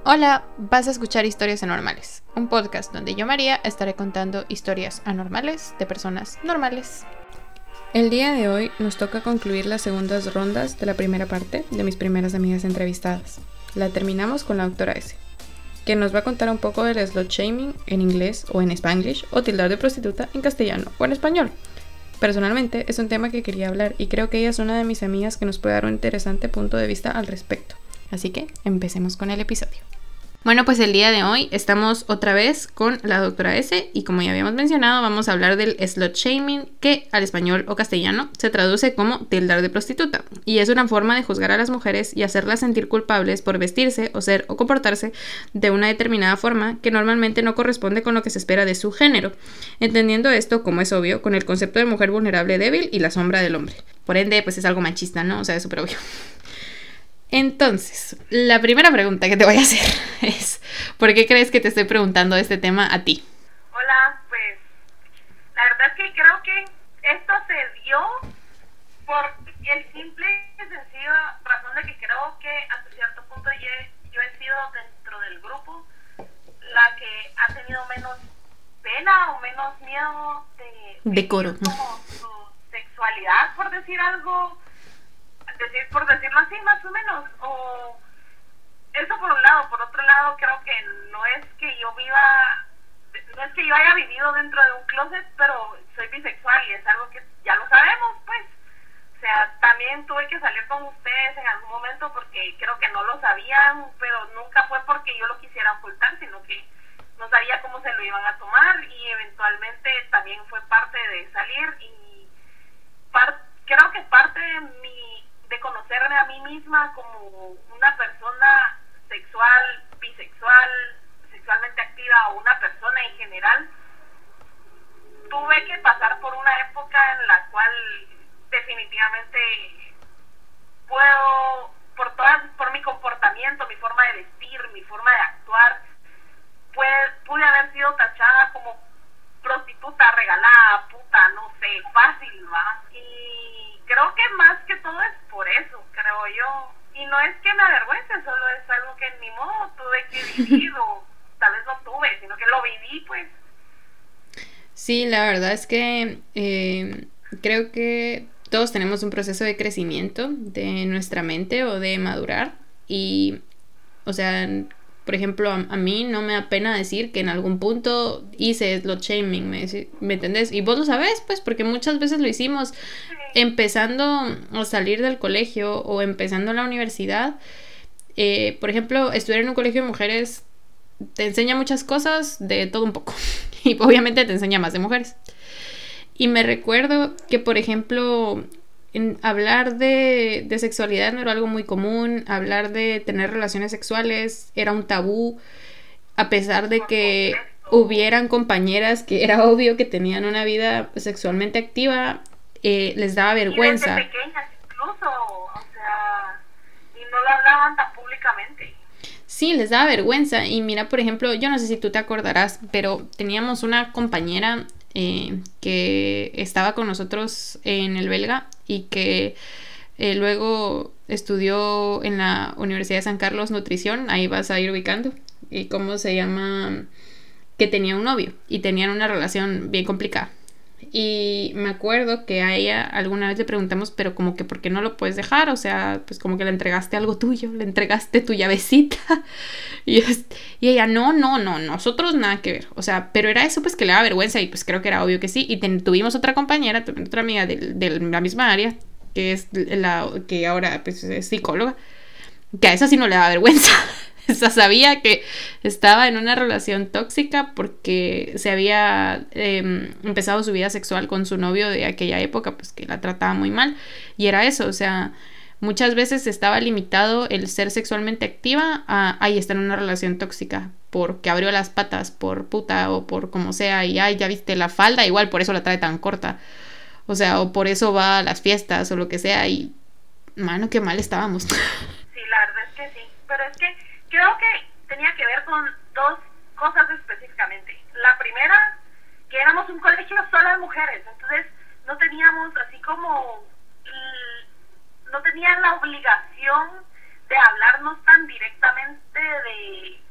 Hola, vas a escuchar Historias Anormales, un podcast donde yo, María, estaré contando historias anormales de personas normales. El día de hoy nos toca concluir las segundas rondas de la primera parte de mis primeras amigas entrevistadas. La terminamos con la doctora S, que nos va a contar un poco del slut shaming en inglés o en spanglish, o tildar de prostituta en castellano o en español. Personalmente es un tema que quería hablar y creo que ella es una de mis amigas que nos puede dar un interesante punto de vista al respecto. Así que empecemos con el episodio. Bueno, pues el día de hoy estamos otra vez con la doctora S y como ya habíamos mencionado vamos a hablar del slut shaming, que al español o castellano se traduce como tildar de prostituta, y es una forma de juzgar a las mujeres y hacerlas sentir culpables por vestirse o ser o comportarse de una determinada forma que normalmente no corresponde con lo que se espera de su género, entendiendo esto, como es obvio, con el concepto de mujer vulnerable débil y la sombra del hombre. Por ende, pues es algo machista, ¿no? O sea, es súper obvio. Entonces, la primera pregunta que te voy a hacer es, ¿por qué crees que te estoy preguntando este tema a ti? Hola, pues la verdad es que creo que esto se dio por el simple y sencillo razón de que creo que hasta cierto punto yo he sido dentro del grupo la que ha tenido menos pena o menos miedo de decoro, como su sexualidad, por decir algo. Por decirlo así, más o menos, o eso por un lado. Por otro lado, creo que no es que yo haya vivido dentro de un closet, pero soy bisexual y es algo que ya lo sabemos, pues. O sea, también tuve que salir con ustedes en algún momento porque creo que no lo sabían, pero nunca fue porque yo lo quisiera ocultar, sino que no sabía cómo se lo iban a tomar, y eventualmente también fue parte de salir y creo que parte de conocerme a mí misma como una persona sexual, bisexual, sexualmente activa, o una persona en general. Tuve que pasar por una época en la cual definitivamente por mi comportamiento, mi forma de vestir, mi forma de actuar, pude haber sido tachada como prostituta, regalada, puta, no sé, fácil, ¿va? Y creo que más que todo es por eso, creo yo. Y no es que me avergüence, solo es algo que ni modo tuve que vivir, o tal vez no tuve, sino que lo viví, pues. Sí, la verdad es que creo que todos tenemos un proceso de crecimiento de nuestra mente o de madurar, y, o sea, por ejemplo, a mí no me da pena decir que en algún punto hice slut shaming, ¿me entendés? Y vos lo sabés, pues, porque muchas veces lo hicimos empezando a salir del colegio o empezando la universidad. Por ejemplo, estudiar en un colegio de mujeres te enseña muchas cosas de todo un poco y obviamente te enseña más de mujeres. Y me recuerdo que, por ejemplo, hablar de sexualidad no era algo muy común, hablar de tener relaciones sexuales era un tabú, a pesar de que hubieran compañeras que era obvio que tenían una vida sexualmente activa, les daba vergüenza. Y desde pequeñas incluso, o sea, y no lo hablaban tan públicamente. Sí, les daba vergüenza. Y mira, por ejemplo, yo no sé si tú te acordarás, pero teníamos una compañera que estaba con nosotros en el belga y que luego estudió en la Universidad de San Carlos nutrición, ahí vas a ir ubicando, y cómo se llama, que tenía un novio y tenían una relación bien complicada. Y me acuerdo que a ella alguna vez le preguntamos, pero como que ¿por qué no lo puedes dejar? O sea, pues como que le entregaste algo tuyo, le entregaste tu llavecita. Y ella, no, nosotros nada que ver. O sea, pero era eso, pues, que le daba vergüenza, y pues creo que era obvio que sí. Y tuvimos otra compañera, otra amiga de la misma área, que es la que ahora pues es psicóloga, que a esa sí no le daba vergüenza. O sea, sabía que estaba en una relación tóxica porque se había empezado su vida sexual con su novio de aquella época, pues que la trataba muy mal. Y era eso, o sea, muchas veces estaba limitado el ser sexualmente activa a ahí está en una relación tóxica, porque abrió las patas por puta o por como sea, y ay, ya viste la falda, igual por eso la trae tan corta. O sea, o por eso va a las fiestas o lo que sea, y mano, qué mal estábamos. Sí, la verdad es que sí, pero es que creo que tenía que ver con dos cosas específicamente. La primera, que éramos un colegio solo de mujeres, entonces no teníamos así como, no tenían la obligación de hablarnos tan directamente de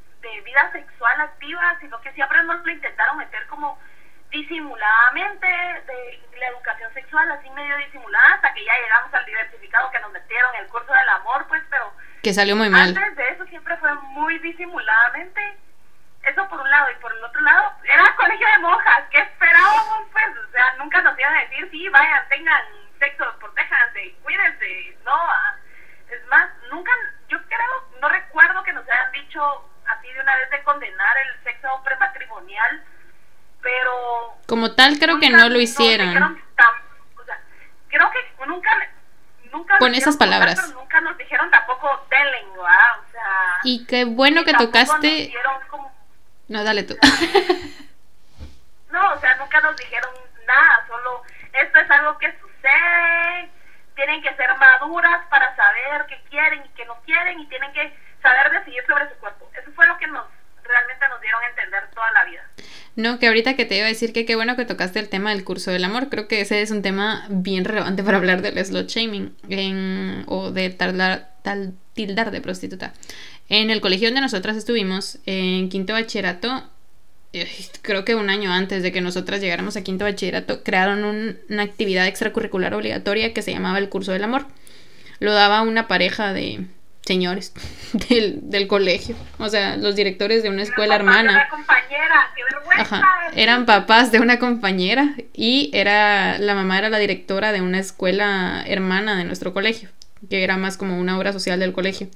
vida sexual activa, sino que siempre nos lo intentaron meter como disimuladamente, de la educación sexual así medio disimulada, hasta que ya llegamos al diversificado que nos metieron el curso del amor, pues, pero que salió muy mal. Antes de eso siempre fue muy disimuladamente. Eso por un lado, y por el otro lado era colegio de monjas. ¿Qué esperábamos, pues? O sea, nunca nos iban a decir, sí, vayan, tengan sexo, protéjanse, cuídense. No, es más, nunca, yo creo, no recuerdo que nos hayan dicho así de una vez de condenar el sexo prematrimonial, pero como tal creo que no lo hicieron. O sea, creo que nunca con esas palabras, pero nunca nos dijeron tampoco denle, ¿verdad? O sea, y qué bueno que tocaste. No, dale tú. No, o sea, nunca nos dijeron nada, solo esto es algo que sucede, tienen que ser maduras para saber qué quieren y qué no quieren, y tienen que saber decidir sobre su cuerpo. Eso fue lo que realmente nos dieron a entender toda la vida. No, que ahorita que te iba a decir que qué bueno que tocaste el tema del curso del amor. Creo que ese es un tema bien relevante para hablar del slut shaming o de tildar de prostituta. En el colegio donde nosotras estuvimos, en quinto bachillerato, creo que un año antes de que nosotras llegáramos a quinto bachillerato, crearon una actividad extracurricular obligatoria que se llamaba el curso del amor. Lo daba una pareja de señores del colegio, o sea, los directores de una escuela hermana. Una compañera, qué vergüenza. Ajá, eran papás de una compañera y la mamá era la directora de una escuela hermana de nuestro colegio, que era más como una obra social del colegio.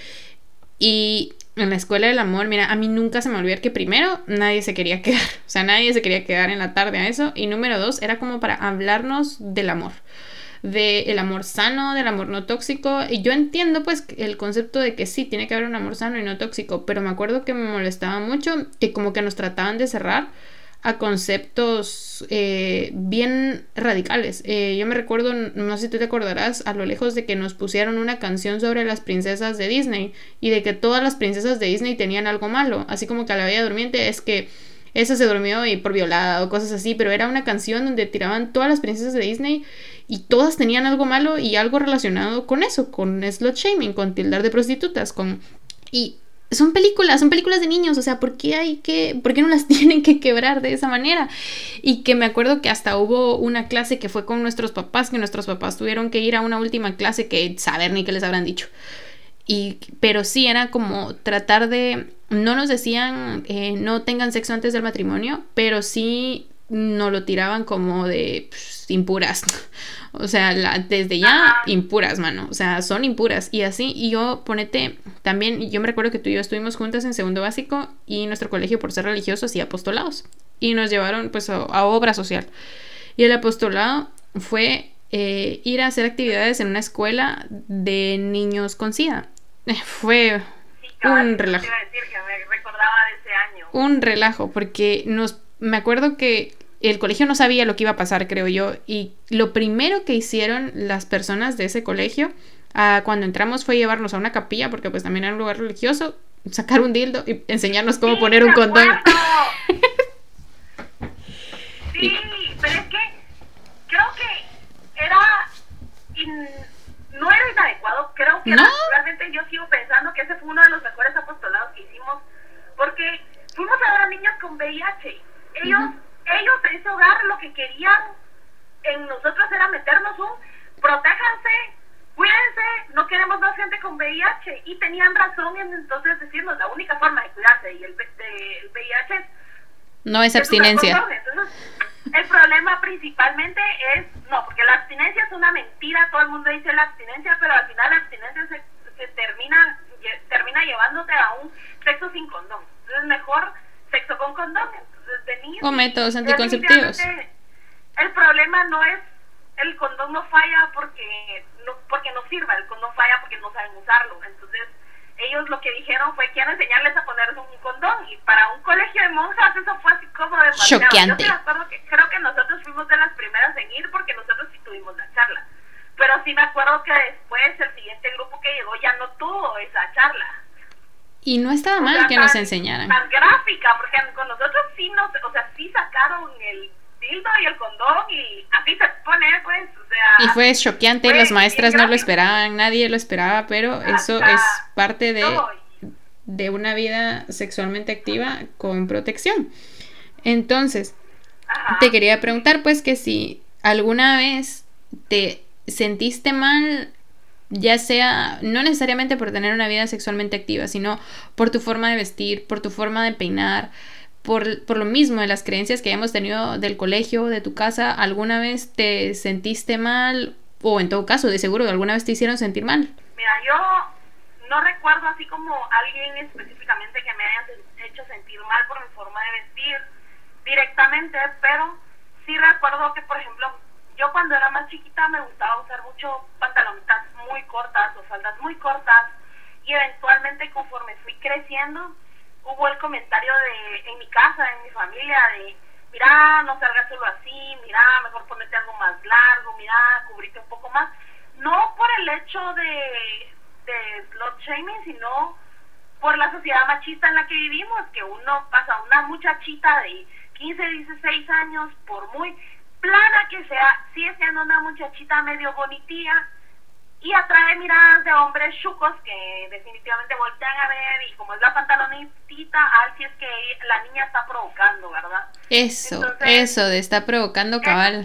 Y en la escuela del amor, mira, a mí nunca se me olvidó que primero nadie se quería quedar, o sea, nadie se quería quedar en la tarde a eso, y número 2, era como para hablarnos del amor. Del amor sano, del amor no tóxico. Y yo entiendo pues el concepto de que sí, tiene que haber un amor sano y no tóxico, pero me acuerdo que me molestaba mucho que como que nos trataban de cerrar a conceptos bien radicales. Yo me recuerdo, no sé si tú te acordarás, a lo lejos de que nos pusieron una canción sobre las princesas de Disney y de que todas las princesas de Disney tenían algo malo, así como que a la Bella Durmiente es que esa se durmió y por violada o cosas así, pero era una canción donde tiraban todas las princesas de Disney y todas tenían algo malo y algo relacionado con eso, con slut shaming, con tildar de prostitutas, y son películas de niños, o sea, ¿por qué no las tienen que quebrar de esa manera? Y que me acuerdo que hasta hubo una clase que fue con nuestros papás, que nuestros papás tuvieron que ir a una última clase que saber ni qué les habrán dicho. Pero sí, era como tratar de, no nos decían no tengan sexo antes del matrimonio, pero sí nos lo tiraban como de impuras, o sea, desde ya impuras, mano, o sea, son impuras, y así. Y yo, ponete, también, yo me recuerdo que tú y yo estuvimos juntas en segundo básico, y nuestro colegio, por ser religioso, hacía apostolados, y nos llevaron pues a obra social, y el apostolado fue ir a hacer actividades en una escuela de niños con SIDA. Fue un relajo. Te iba a decir que me recordaba de ese año. Un relajo, porque me acuerdo que el colegio no sabía lo que iba a pasar, creo yo, y lo primero que hicieron las personas de ese colegio cuando entramos fue llevarnos a una capilla, porque pues también era un lugar religioso, sacar un dildo y enseñarnos cómo poner un condón. Sí, pero es que creo que no era inadecuado, creo que realmente yo sigo pensando que ese fue uno de los mejores apostolados que hicimos, porque fuimos a ver a niños con VIH. Ellos en ese hogar lo que querían en nosotros era meternos protéjanse, cuídense, no queremos más gente con VIH, y tenían razón en entonces decirnos la única forma de cuidarse y el VIH no es abstinencia. Entonces, el problema principalmente porque la abstinencia es una mentira, todo el mundo dice la abstinencia, pero al final la abstinencia se termina llevándote a un sexo sin condón. Entonces mejor sexo con condón. Entonces, o métodos anticonceptivos. El problema no es el condón no falla porque no sirva, el condón falla porque no saben usarlo. Entonces ellos lo que dijeron fue quiero enseñarles a ponerse un condón, y para un colegio de monjas eso fue así como demasiado. Choqueante. Yo me acuerdo que creo que nosotros fuimos de las primeras en ir porque nosotros sí tuvimos la charla, pero sí me acuerdo que después el siguiente grupo que llegó ya no tuvo esa charla. Y no estaba mal que nos enseñaran. Tan gráfica, porque con nosotros sí sí sacaron el dildo y el condón y así se pone, pues, o sea. Y fue choqueante, las maestras no lo esperaban, nadie lo esperaba, pero eso es parte de de una vida sexualmente activa con protección. Entonces, te quería preguntar pues que si alguna vez te sentiste mal, ya sea no necesariamente por tener una vida sexualmente activa, sino por tu forma de vestir, por tu forma de peinar, por lo mismo de las creencias que hemos tenido del colegio, de tu casa. ¿Alguna vez te sentiste mal? O en todo caso, de seguro, ¿alguna vez te hicieron sentir mal? Mira, yo no recuerdo así como alguien específicamente que me haya hecho sentir mal por mi forma de vestir directamente, pero sí recuerdo que, por ejemplo, yo cuando era más chiquita me gustaba usar mucho pantalonetas muy cortas o faldas muy cortas, y eventualmente conforme fui creciendo hubo el comentario en mi casa, en mi familia, de mira, no salgas solo así, mira, mejor ponete algo más largo, mira, cubrirte un poco más. No por el hecho de slut shaming, sino por la sociedad machista en la que vivimos, que uno pasa una muchachita de 15, 16 años, por muy plana que sea, sigue siendo una muchachita medio bonitilla y atrae miradas de hombres chucos que definitivamente voltean a ver, y como es la pantalonetita, si es que la niña está provocando, ¿verdad? Eso de estar provocando, cabal.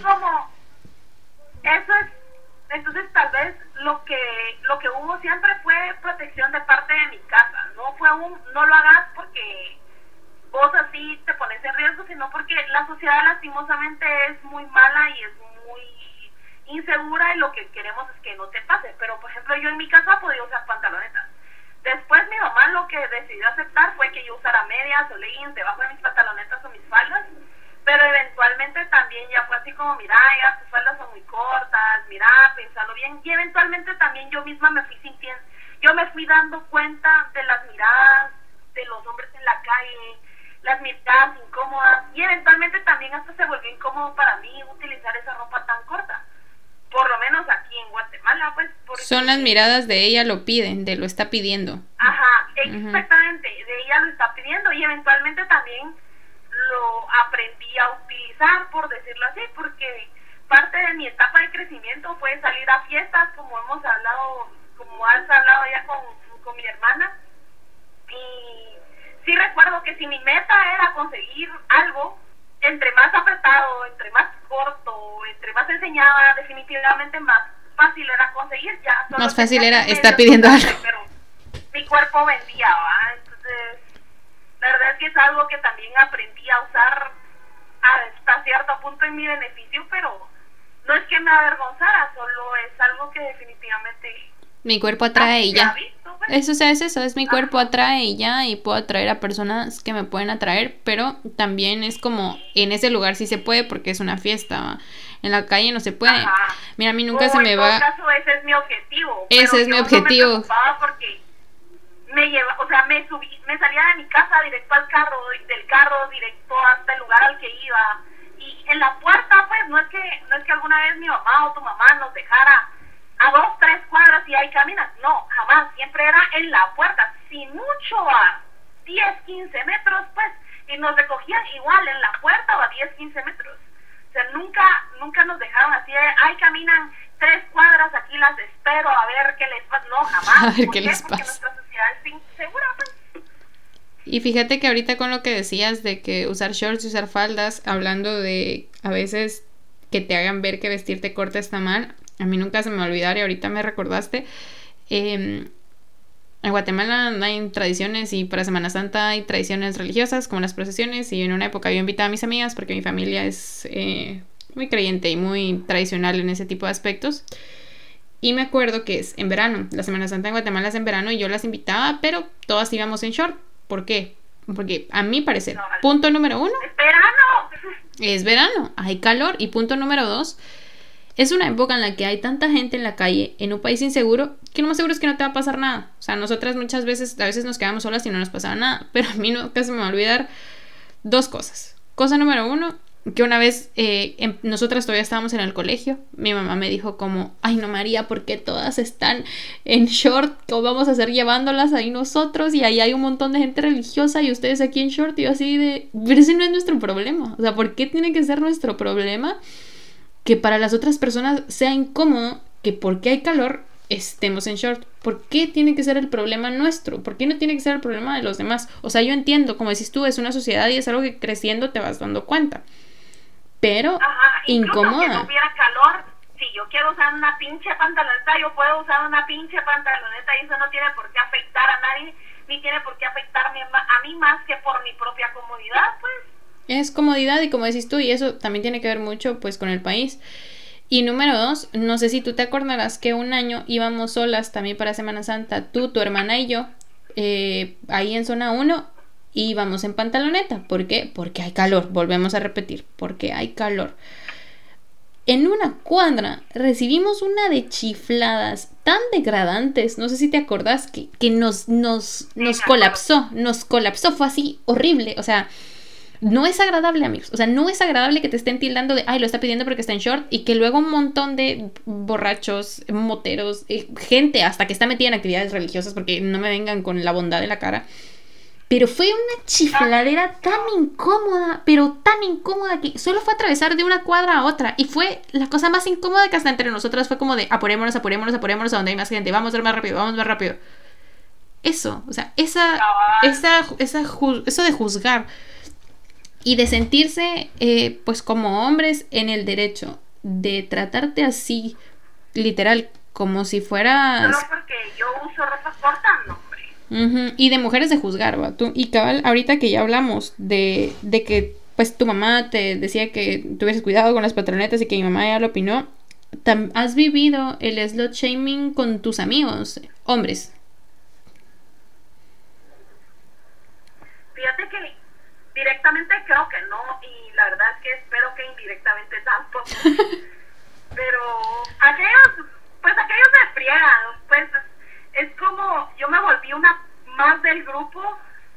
Entonces tal vez lo que hubo siempre fue protección de parte de mi casa. No fue no lo hagas porque vos así te pones en riesgo, sino porque la sociedad lastimosamente es muy mala y es muy insegura, y lo que queremos es que no te pase. Pero por ejemplo, yo en mi casa podía usar pantalonetas. Después mi mamá lo que decidió aceptar fue que yo usara medias o leggings debajo de mis pantalonetas o mis faldas, pero eventualmente también ya fue así como, mira, ya tus faldas son muy cortas, mira, pensalo bien. Y eventualmente también yo misma me fui dando cuenta de las miradas de los hombres en la calle, las miradas incómodas, y eventualmente también hasta se volvió incómodo para mí utilizar esa ropa tan corta, por lo menos aquí en Guatemala, pues. Son las miradas de ella lo piden, de lo está pidiendo. Ajá, exactamente, de ella lo está pidiendo, y eventualmente también lo aprendí a utilizar, por decirlo así, porque parte de mi etapa de crecimiento fue salir a fiestas, como has hablado ya con mi hermana, y sí recuerdo que si mi meta era conseguir algo, entre más apretado, entre más corto, entre más enseñaba, definitivamente más fácil era conseguir. Ya solo más fácil era estar pidiendo algo, pero mi cuerpo vendía, ¿va? Entonces la verdad es que es algo que también aprendí a usar hasta cierto punto en mi beneficio, pero no es que me avergonzara, solo es algo que definitivamente mi cuerpo atrae y ya. Eso es mi cuerpo atrae y ya, y puedo atraer a personas que me pueden atraer, pero también es como en ese lugar sí se puede porque es una fiesta, ¿va? En la calle no se puede. Ajá. Mira, a mí nunca se me va. En todo caso, ese es mi objetivo. Ese es mi objetivo. No me preocupaba porque me salía de mi casa directo al carro, del carro directo hasta el lugar al que iba, y en la puerta, pues no es que alguna vez mi mamá o tu mamá nos dejara a 2, 3 cuadras y ahí caminas. No, jamás. Siempre era en la puerta. Si mucho a 10, 15 metros, pues, y nos recogían igual en la puerta o a 10, 15 metros. O sea, nunca nos dejaron así de, caminan 3 cuadras, aquí las espero a ver qué les pasa. No, jamás. A ver qué les pasa. Porque nuestra sociedad es insegura, pues. Y fíjate que ahorita con lo que decías de que usar shorts y usar faldas, hablando de a veces que te hagan ver que vestirte corta está mal, a mí nunca se me va a olvidar, y ahorita me recordaste, en Guatemala hay tradiciones, y para Semana Santa hay tradiciones religiosas como las procesiones, y en una época yo invitaba a mis amigas porque mi familia es muy creyente y muy tradicional en ese tipo de aspectos, y me acuerdo que es en verano, la Semana Santa en Guatemala es en verano, y yo las invitaba, pero todas íbamos en short. ¿Por qué? Porque a mi parecer, punto número 1, es verano, hay calor, y punto número 2, es una época en la que hay tanta gente en la calle, en un país inseguro, que lo más seguro es que no te va a pasar nada. O sea, nosotras muchas veces, a veces nos quedamos solas y no nos pasaba nada, pero a mí nunca se me va a olvidar 2 cosas. Cosa número 1, que una vez nosotras todavía estábamos en el colegio, mi mamá me dijo como, ay no María, ¿por qué todas están en short? ¿Cómo vamos a hacer llevándolas ahí nosotros? Y ahí hay un montón de gente religiosa y ustedes aquí en short. Y yo así de, pero ese no es nuestro problema. O sea, ¿por qué tiene que ser nuestro problema que para las otras personas sea incómodo, que porque hay calor estemos en short. ¿Por qué tiene que ser el problema nuestro? ¿Por qué no tiene que ser el problema de los demás? O sea, yo entiendo, como decís tú, es una sociedad y es algo que creciendo te vas dando cuenta. Pero incluso que no hubiera calor, si yo quiero usar una pinche pantaloneta, yo puedo usar una pinche pantaloneta y eso no tiene por qué afectar a nadie, ni tiene por qué afectarme a mí más que por mi propia comodidad, pues. Es comodidad y como decís tú, y eso también tiene que ver mucho pues con el país. Y número 2, no sé si tú te acordarás que un año íbamos solas también para Semana Santa, tú, tu hermana y yo, ahí en zona 1, íbamos en pantaloneta. ¿Por qué? Porque hay calor, volvemos a repetir, porque hay calor. En una cuadra recibimos una de chifladas tan degradantes, no sé si te acordás, que nos colapsó, fue así horrible, o sea, no es agradable, amigos, o sea, no es agradable que te estén tildando de, ay, lo está pidiendo porque está en short, y que luego un montón de borrachos, moteros, gente hasta que está metida en actividades religiosas, porque no me vengan con la bondad de la cara. Pero fue una chifladera tan incómoda, pero tan incómoda que solo fue atravesar de una cuadra a otra. Y fue la cosa más incómoda que hasta entre nosotras fue como de apurémonos a donde hay más gente. Vamos a ir más rápido, vamos más rápido. Eso, o sea, eso de juzgar y de sentirse, pues como hombres en el derecho de tratarte así, literal, como si fueras... Solo porque yo uso ropa corta, no. Y de mujeres de juzgar, ¿va? Tú, y cabal, ahorita que ya hablamos de que pues tu mamá te decía que tuvieras cuidado con las patronetas y que mi mamá ya lo opinó, ¿has vivido el slut shaming con tus amigos, hombres? Fíjate que directamente creo que no, y la verdad es que espero que indirectamente tampoco. Pero aquellos me friegan, pues es como yo me volví una más del grupo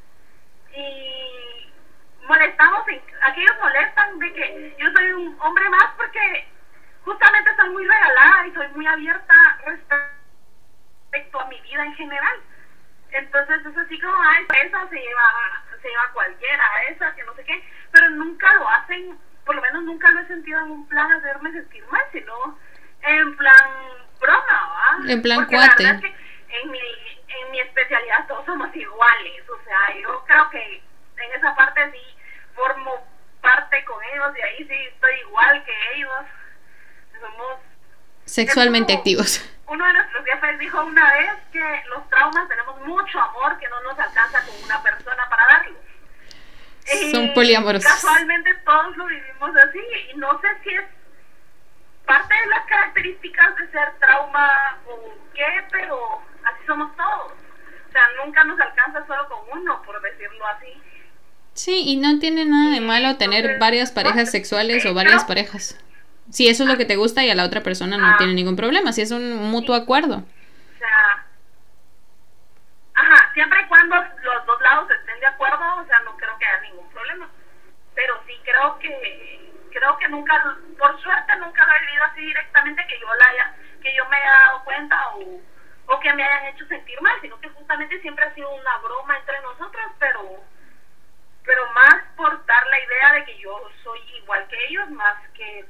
y aquellos molestan de que yo soy un hombre más porque justamente soy muy regalada y soy muy abierta respecto a mi vida en general. Entonces es así como, esa se lleva cualquiera, esa que no sé qué, pero nunca lo hacen, por lo menos nunca lo he sentido en un plan hacerme sentir mal, sino en plan broma, ¿va? En plan porque cuate. La verdad es que en mi especialidad todos somos iguales, o sea, yo creo que en esa parte sí formo parte con ellos y ahí sí estoy igual que ellos, somos sexualmente activos. Uno de nuestros jefes dijo una vez que los traumas tenemos mucho amor que no nos alcanza con una persona para darlo. Son poliamorosos. Casualmente todos lo vivimos así y no sé si es parte de las características de ser trauma o qué, pero así somos todos. O sea, nunca nos alcanza solo con uno, por decirlo así. Sí, y no tiene nada de malo tener varias parejas sexuales o varias parejas. Si eso es lo que te gusta y a la otra persona no tiene ningún problema, si es un mutuo acuerdo. O sea, siempre y cuando los dos lados estén de acuerdo, o sea, no creo que haya ningún problema. Pero sí creo que nunca, por suerte nunca lo he vivido así directamente que yo me haya dado cuenta o que me hayan hecho sentir mal, sino que justamente siempre ha sido una broma entre nosotros, pero más por dar la idea de que yo soy igual que ellos, más que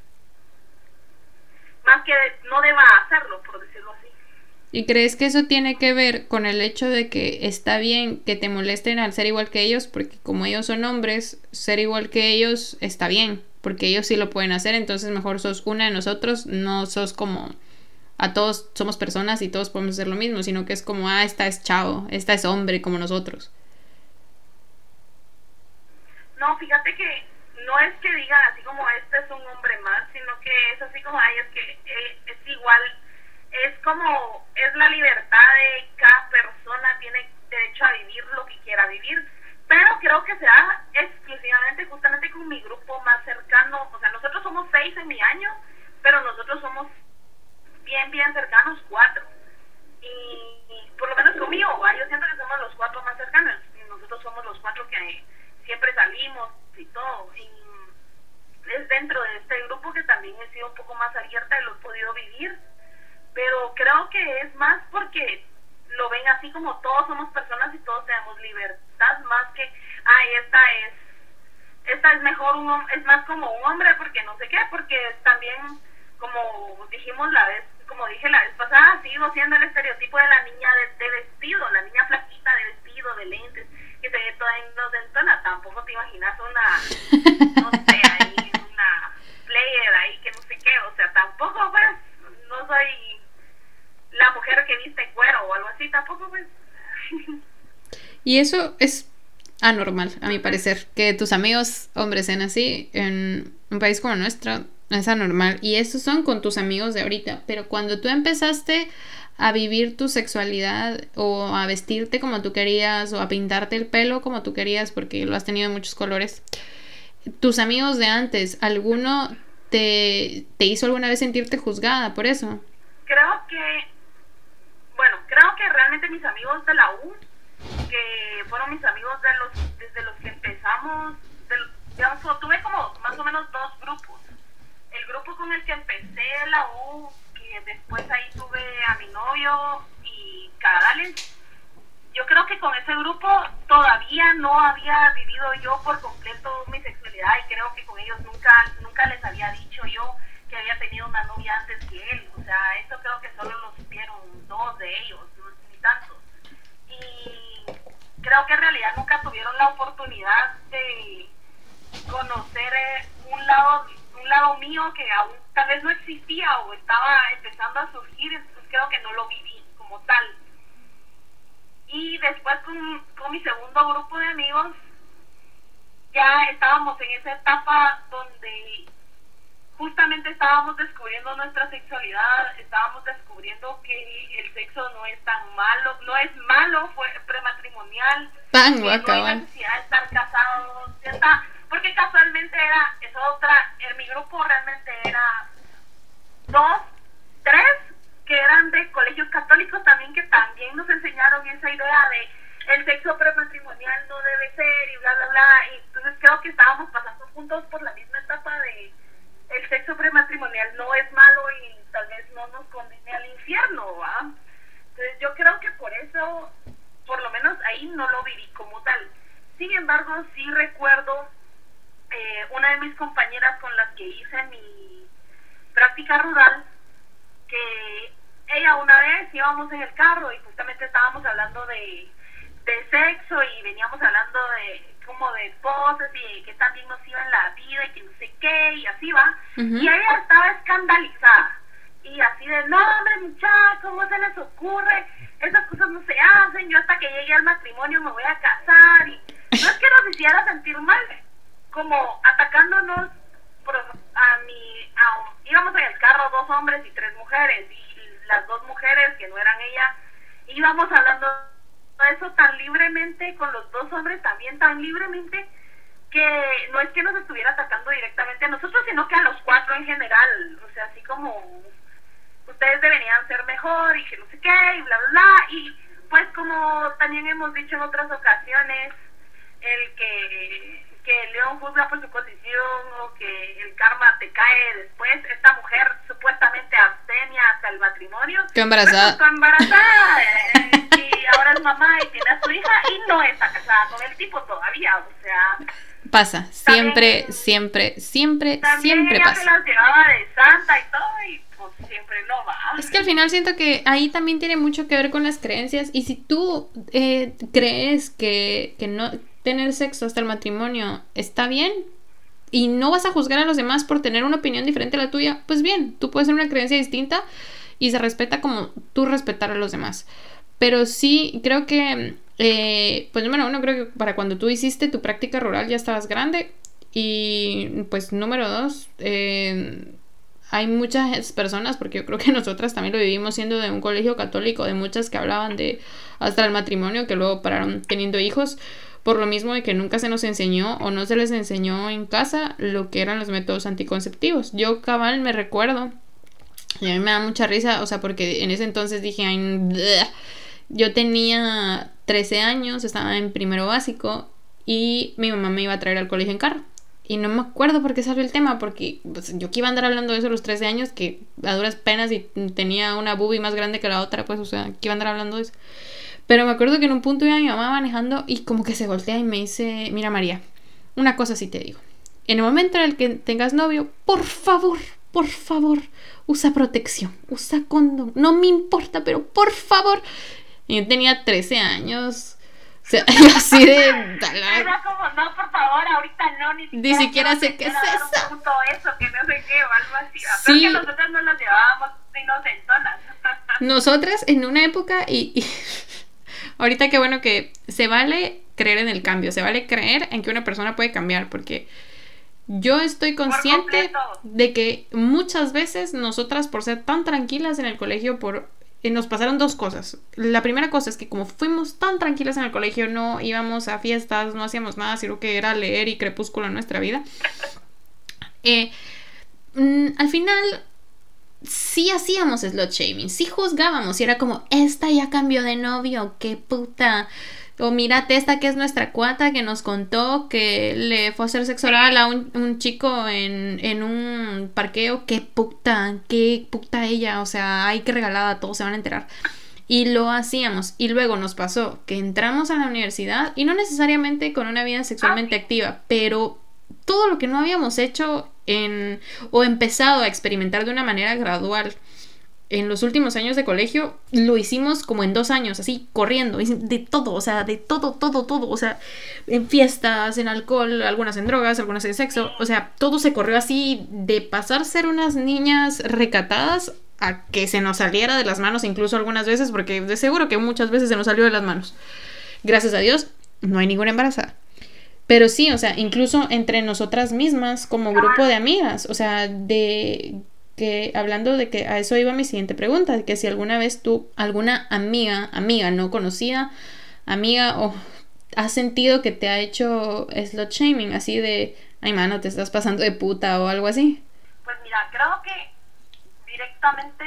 no deba hacerlo, por decirlo así. ¿Y crees que eso tiene que ver con el hecho de que está bien que te molesten al ser igual que ellos? Porque como ellos son hombres, ser igual que ellos está bien, porque ellos sí lo pueden hacer, entonces mejor sos una de nosotros, no sos como a todos somos personas y todos podemos hacer lo mismo, sino que es como, esta es chavo, esta es hombre como nosotros. No, fíjate que no es que digan así como este es un hombre más, sino que es así como, es que es igual, es como, es la libertad de cada persona, tiene derecho a vivir lo que quiera vivir, pero creo que se da exclusivamente justamente con mi grupo más cercano, o sea, nosotros somos 6 en mi año, pero nosotros somos bien cercanos 4, y por lo menos conmigo, yo siento que somos los 4 más cercanos, y nosotros somos los 4 que siempre salimos y todo, y es dentro de este grupo que también he sido un poco más abierta y lo he podido vivir, pero creo que es más porque lo ven así como todos somos personas y todos tenemos libertad, más que esta es mejor es más como un hombre porque no sé qué, porque también como dijimos la vez como dije la vez pasada, sigo siendo el estereotipo de la niña de vestido, la niña flaquita de vestido, de lentes, que se ve toda inocentona. Tampoco te imaginas una, no sé, ahí, una player ahí que no sé qué, o sea, tampoco pues, no soy la mujer que viste cuero o algo así, tampoco pues. Y eso es anormal, a mi parecer, que tus amigos hombres sean así en un país como el nuestro. Es anormal. Y esos son con tus amigos de ahorita. Pero cuando tú empezaste a vivir tu sexualidad o a vestirte como tú querías o a pintarte el pelo como tú querías, porque lo has tenido de muchos colores, tus amigos de antes, ¿alguno te hizo alguna vez sentirte juzgada por eso? Creo que realmente mis amigos de la U, que fueron mis amigos desde los que empezamos, digamos, tuve como más o menos dos grupos. El grupo con el que empecé la U, que después ahí tuve a mi novio y Cagadales. Yo creo que con ese grupo todavía no había vivido yo por completo mi sexualidad, y creo que con ellos nunca les había dicho yo que había tenido una novia antes que él. O sea, eso creo que solo lo supieron dos de ellos, ni tantos. Y creo que en realidad nunca tuvieron la oportunidad de conocer un lado mío que aún tal vez no existía o estaba empezando a surgir. Entonces creo que no lo viví como tal. Y después con mi segundo grupo de amigos ya estábamos en esa etapa donde justamente estábamos descubriendo nuestra sexualidad, estábamos descubriendo que el sexo no es tan malo, no es malo, fue prematrimonial, no hay necesidad de estar casados, porque casualmente en mi grupo realmente era 2, 3 que eran de colegios católicos también, que también nos enseñaron esa idea de el sexo prematrimonial no debe ser y bla bla bla. Y entonces creo que estábamos pasando juntos por la misma etapa de el sexo prematrimonial no es malo y tal vez no nos condene al infierno, ¿va? Entonces yo creo que por eso, por lo menos ahí no lo viví como tal. Sin embargo, sí recuerdo una de mis compañeras con las que hice mi práctica rural, que ella una vez íbamos en el carro y justamente estábamos hablando de sexo y veníamos hablando de como de poses y que también nos iba en la vida y que no sé qué y así va. Uh-huh. Y ella estaba escandalizada y así de, no hombre muchachos, ¿cómo se les ocurre? Esas cosas no se hacen, yo hasta que llegue al matrimonio me voy a casar. Y no es que nos hiciera sentir mal, como atacándonos íbamos en el carro 2 hombres y 3 mujeres, y las 2 mujeres que no eran ella, íbamos hablando de eso tan libremente, con los 2 hombres también tan libremente, que no es que nos estuviera atacando directamente a nosotros, sino que a los 4 en general, o sea, así como ustedes deberían ser mejor y que no sé qué y bla bla bla. Y pues como también hemos dicho en otras ocasiones, el que el león juzga por su condición o que el karma te cae después. Esta mujer supuestamente abstemia hasta el matrimonio, qué embarazada, está embarazada y ahora es mamá y tiene a su hija y no está casada con el tipo todavía, o sea, pasa, siempre ella pasa. Se las llevaba de santa y todo y pues siempre no va. Es que al final siento que ahí también tiene mucho que ver con las creencias, y si tú crees que no tener sexo hasta el matrimonio está bien y no vas a juzgar a los demás por tener una opinión diferente a la tuya, pues bien, tú puedes tener una creencia distinta y se respeta como tú respetar a los demás. Pero sí creo que pues número 1, creo que para cuando tú hiciste tu práctica rural ya estabas grande, y pues número 2, hay muchas personas, porque yo creo que nosotras también lo vivimos siendo de un colegio católico, de muchas que hablaban de hasta el matrimonio, que luego pararon teniendo hijos, por lo mismo de que nunca se nos enseñó o no se les enseñó en casa lo que eran los métodos anticonceptivos. Yo cabal me recuerdo, y a mí me da mucha risa, o sea, porque en ese entonces dije, ay, bleh. Yo tenía 13 años, estaba en primero básico y mi mamá me iba a traer al colegio en carro. Y no me acuerdo por qué salió el tema, porque pues, yo que iba a andar hablando de eso a los 13 años, que a duras penas y tenía una boobie más grande que la otra, pues, o sea, que iba a andar hablando de eso. Pero me acuerdo que en un punto iba mi mamá manejando y como que se voltea y me dice, mira María, una cosa sí te digo, en el momento en el que tengas novio, por favor, por favor, usa protección, usa condón, no me importa, pero por favor. Y yo tenía 13 años. O sea, yo así de... Era como, no, por favor, ahorita no, ni siquiera sé qué es eso. Un punto eso, que no sé qué, o algo así. Sí. Pero que nosotros no nos llevábamos inocentonas. Nosotras en una época y ahorita qué bueno que se vale creer en el cambio, se vale creer en que una persona puede cambiar, porque yo estoy consciente de que muchas veces nosotras, por ser tan tranquilas en el colegio, nos pasaron dos cosas. La primera cosa es que como fuimos tan tranquilas en el colegio, no íbamos a fiestas, no hacíamos nada, sino que era leer y crepúsculo en nuestra vida. Al final sí hacíamos slut shaming, sí juzgábamos, y era como, esta ya cambió de novio, qué puta. O mírate esta que es nuestra cuata que nos contó que le fue a hacer sexo oral a un chico en un parqueo. Qué puta ella. O sea, ay, qué regalada, todos se van a enterar. Y lo hacíamos. Y luego nos pasó que entramos a la universidad, y no necesariamente con una vida sexualmente activa, pero todo lo que no habíamos hecho o empezado a experimentar de una manera gradual en los últimos años de colegio, lo hicimos como en 2 años, así, corriendo, de todo, o sea, de todo, o sea, en fiestas, en alcohol, algunas en drogas, algunas en sexo, o sea, todo se corrió así, de pasar a ser unas niñas recatadas a que se nos saliera de las manos, incluso algunas veces, porque de seguro que muchas veces se nos salió de las manos. Gracias a Dios, no hay ninguna embarazada. Pero sí, o sea, incluso entre nosotras mismas, como grupo de amigas, o sea, que hablando de que a eso iba mi siguiente pregunta, de que si alguna vez tú, alguna amiga no conocida, amiga, o has sentido que te ha hecho slut shaming, así de, ay mano, te estás pasando de puta o algo así. Pues mira, creo que directamente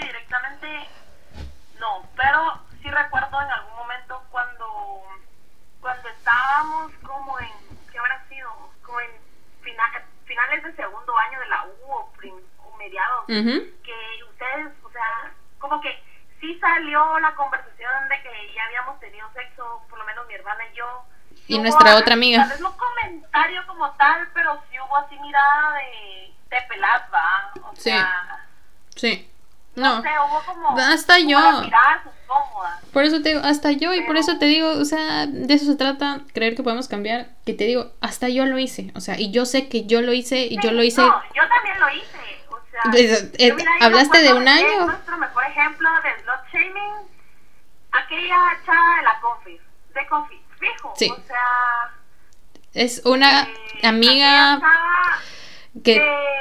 no, pero sí recuerdo en algún momento cuando estábamos como en, ¿qué habrá sido? Como en finales de segundo año de la U o mediados, que ustedes, o sea, como que sí salió la conversación de que ya habíamos tenido sexo, por lo menos mi hermana y yo. Y nuestra otra amiga. Tal vez no comentario como tal, pero sí hubo así mirada de pelaz, ¿va? O sea... Sí. No sé, hubo como... Hasta yo. Como miradas incómodas. Por eso te digo, hasta yo, y por eso te digo, o sea, de eso se trata, creer que podemos cambiar, que te digo, hasta yo lo hice, o sea, y yo sé que yo lo hice, y sí, yo lo hice... No, yo también lo hice, o sea... ¿Hablaste de un año? Es nuestro mejor ejemplo de slut shaming, aquella chava de la Confi, fijo, sí. O sea... Es una amiga que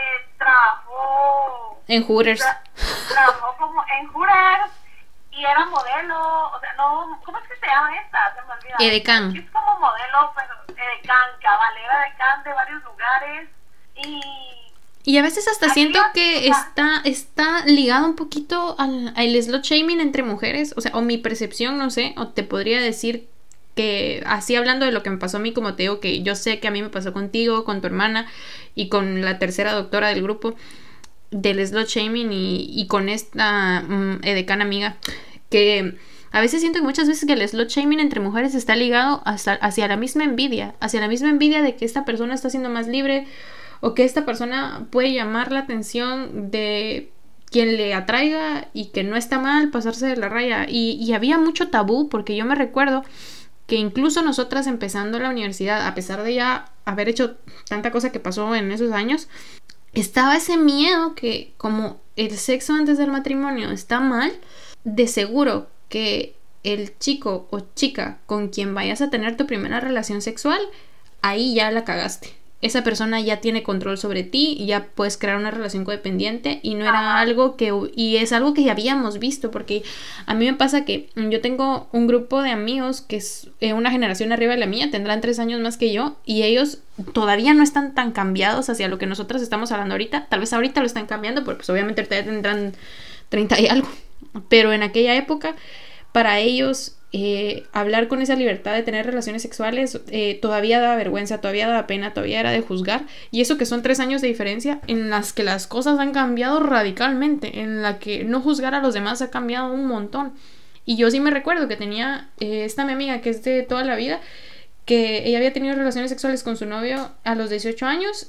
trabajó... En Hooters. Trabajó como en Hooters y era modelo, o sea, no, ¿cómo es que se llama esta? Se me olvida. Edecán. Es como modelo, pero edecán, cabalera edecán de varios lugares y a veces hasta siento que está ligado un poquito al slut shaming entre mujeres, o sea, o mi percepción, no sé, o te podría decir que así hablando de lo que me pasó a mí, como te digo, que yo sé que a mí me pasó contigo, con tu hermana y con la tercera doctora del grupo del slut shaming y con esta edecán amiga, que a veces siento que muchas veces que el slut shaming entre mujeres está ligado hacia la misma envidia de que esta persona está siendo más libre, o que esta persona puede llamar la atención de quien le atraiga, y que no está mal pasarse de la raya, y había mucho tabú, porque yo me recuerdo que incluso nosotras empezando la universidad, a pesar de ya haber hecho tanta cosa que pasó en esos años, estaba ese miedo que como el sexo antes del matrimonio está mal, de seguro que el chico o chica con quien vayas a tener tu primera relación sexual, ahí ya la cagaste. Esa persona ya tiene control sobre ti, y ya puedes crear una relación codependiente, y no era algo y es algo que ya habíamos visto, porque a mí me pasa que yo tengo un grupo de amigos que es una generación arriba de la mía, tendrán 3 años más que yo, y ellos todavía no están tan cambiados hacia lo que nosotros estamos hablando ahorita. Tal vez ahorita lo están cambiando, porque pues obviamente ahorita ya tendrán 30 y algo, pero en aquella época para ellos hablar con esa libertad de tener relaciones sexuales todavía daba vergüenza, todavía daba pena, todavía era de juzgar, y eso que son 3 años de diferencia en las que las cosas han cambiado radicalmente, en la que no juzgar a los demás ha cambiado un montón. Y yo sí me recuerdo que tenía esta mi amiga que es de toda la vida, que ella había tenido relaciones sexuales con su novio a los 18 años,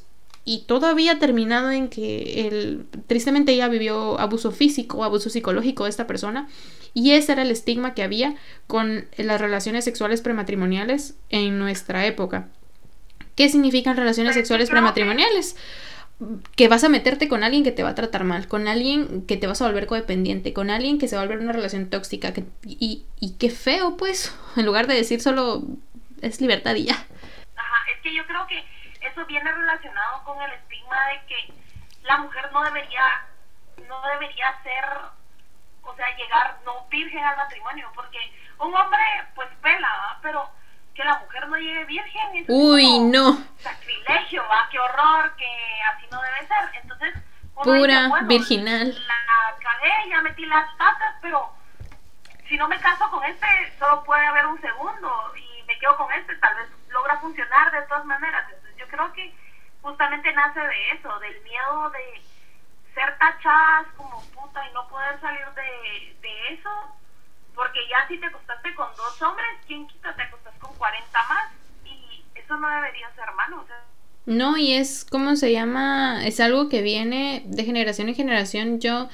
y todo había terminado en que tristemente ella vivió abuso físico, abuso psicológico de esta persona, y ese era el estigma que había con las relaciones sexuales prematrimoniales en nuestra época. ¿Qué significan relaciones sexuales prematrimoniales? Que vas a meterte con alguien que te va a tratar mal, con alguien que te vas a volver codependiente, con alguien que se va a volver una relación tóxica, y qué feo, pues, en lugar de decir solo es libertad y ya. Ajá, es que yo creo que eso viene relacionado con el estigma de que la mujer no debería ser, o sea, llegar no virgen al matrimonio, porque un hombre pues pela, ¿va? Pero que la mujer no llegue virgen es no sacrilegio, ¿va? Qué horror, que así no debe ser. Entonces pura dice, bueno, virginal, la cagué, ya metí las patas, pero si no me caso con este solo puede haber un segundo y me quedo con este, tal vez logra funcionar de todas maneras. Entonces yo creo que justamente nace de eso, del miedo de ser tachadas como puta y no poder salir de eso, porque ya si te acostaste con 2 hombres, ¿quién quita te acostas con 40 más? Y eso no debería ser malo, o sea. No, y es, ¿cómo se llama? Es algo que viene de generación en generación. Yo,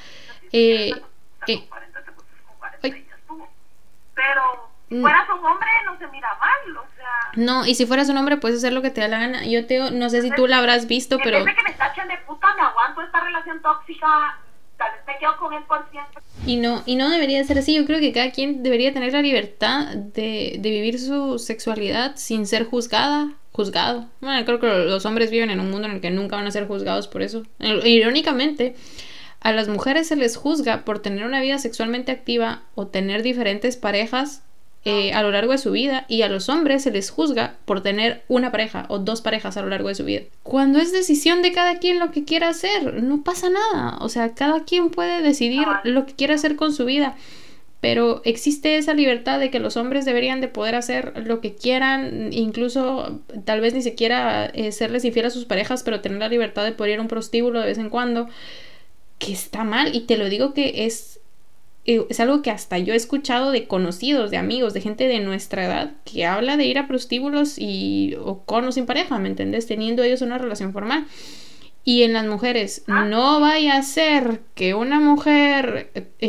pero si fueras un hombre no se mira mal, o sea. No, y si fueras un hombre puedes hacer lo que te da la gana. Yo no sé si tú la habrás visto, pero en vez de que me tachen de puta, me aguanto esta relación tóxica, tal vez me quedo con él por siempre. Y no debería ser así. Yo creo que cada quien debería tener la libertad de vivir su sexualidad sin ser juzgado. Bueno, creo que los hombres viven en un mundo en el que nunca van a ser juzgados por eso. Irónicamente, a las mujeres se les juzga por tener una vida sexualmente activa o tener diferentes parejas a lo largo de su vida, y a los hombres se les juzga por tener una pareja o 2 parejas a lo largo de su vida. Cuando es decisión de cada quien lo que quiera hacer, no pasa nada. O sea, cada quien puede decidir lo que quiera hacer con su vida, pero existe esa libertad de que los hombres deberían de poder hacer lo que quieran, incluso tal vez ni siquiera serles infiel a sus parejas, pero tener la libertad de poder ir a un prostíbulo de vez en cuando, que está mal. Y te lo digo que es algo que hasta yo he escuchado de conocidos, de amigos, de gente de nuestra edad que habla de ir a prostíbulos o con o sin pareja, ¿me entendés? Teniendo ellos una relación formal. Y en las mujeres, no vaya a ser que una mujer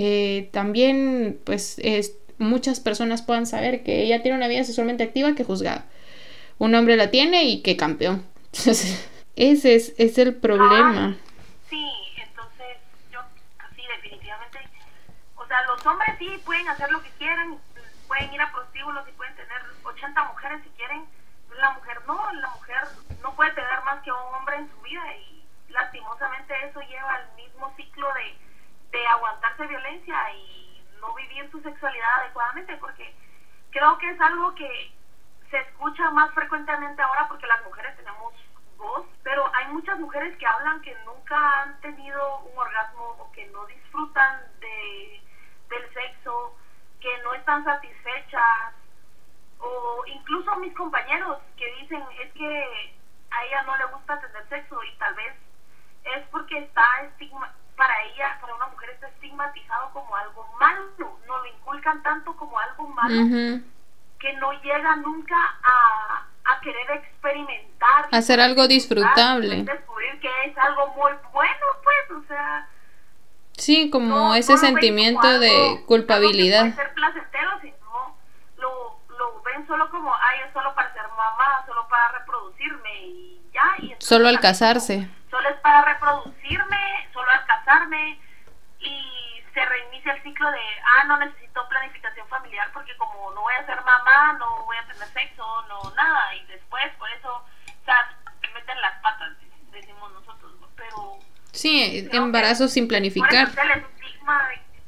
también, pues, muchas personas puedan saber que ella tiene una vida sexualmente activa que juzgada. Un hombre la tiene y que campeón. Entonces, ese es el problema. Sí, entonces yo, sí, definitivamente, o sea, los hombres sí pueden hacer lo que quieran, pueden ir a prostíbulos y pueden tener 80 mujeres si quieren. La mujer no puede tener más que un hombre en su vida, y lastimosamente eso lleva al mismo ciclo de aguantarse violencia y no vivir su sexualidad adecuadamente, porque creo que es algo que se escucha más frecuentemente ahora porque las mujeres tenemos voz, pero hay muchas mujeres que hablan que nunca han tenido un orgasmo o que no disfrutan del sexo, que no están satisfechas, o incluso mis compañeros que dicen es que a ella no le gusta tener sexo, y tal vez es porque para una mujer está estigmatizado como algo malo, no lo inculcan tanto como algo malo, que no llega nunca a querer experimentar, hacer algo disfrutable, descubrir que es algo muy bueno, pues, o sea, sí, como ese sentimiento de culpabilidad, algo que puede ser placentero, sino lo ven solo como, es solo para ser mamá, solo para reproducirme y ya, y solo al casarse, solo es para reproducirme, solo al casarme, y se reinicia el ciclo de no necesito planificación familiar porque como no voy a ser mamá, no voy a tener sexo, no nada, y después por eso, o sea, me meten las patas, decimos nosotros, pero sí, embarazo sin planificar. Es el estigma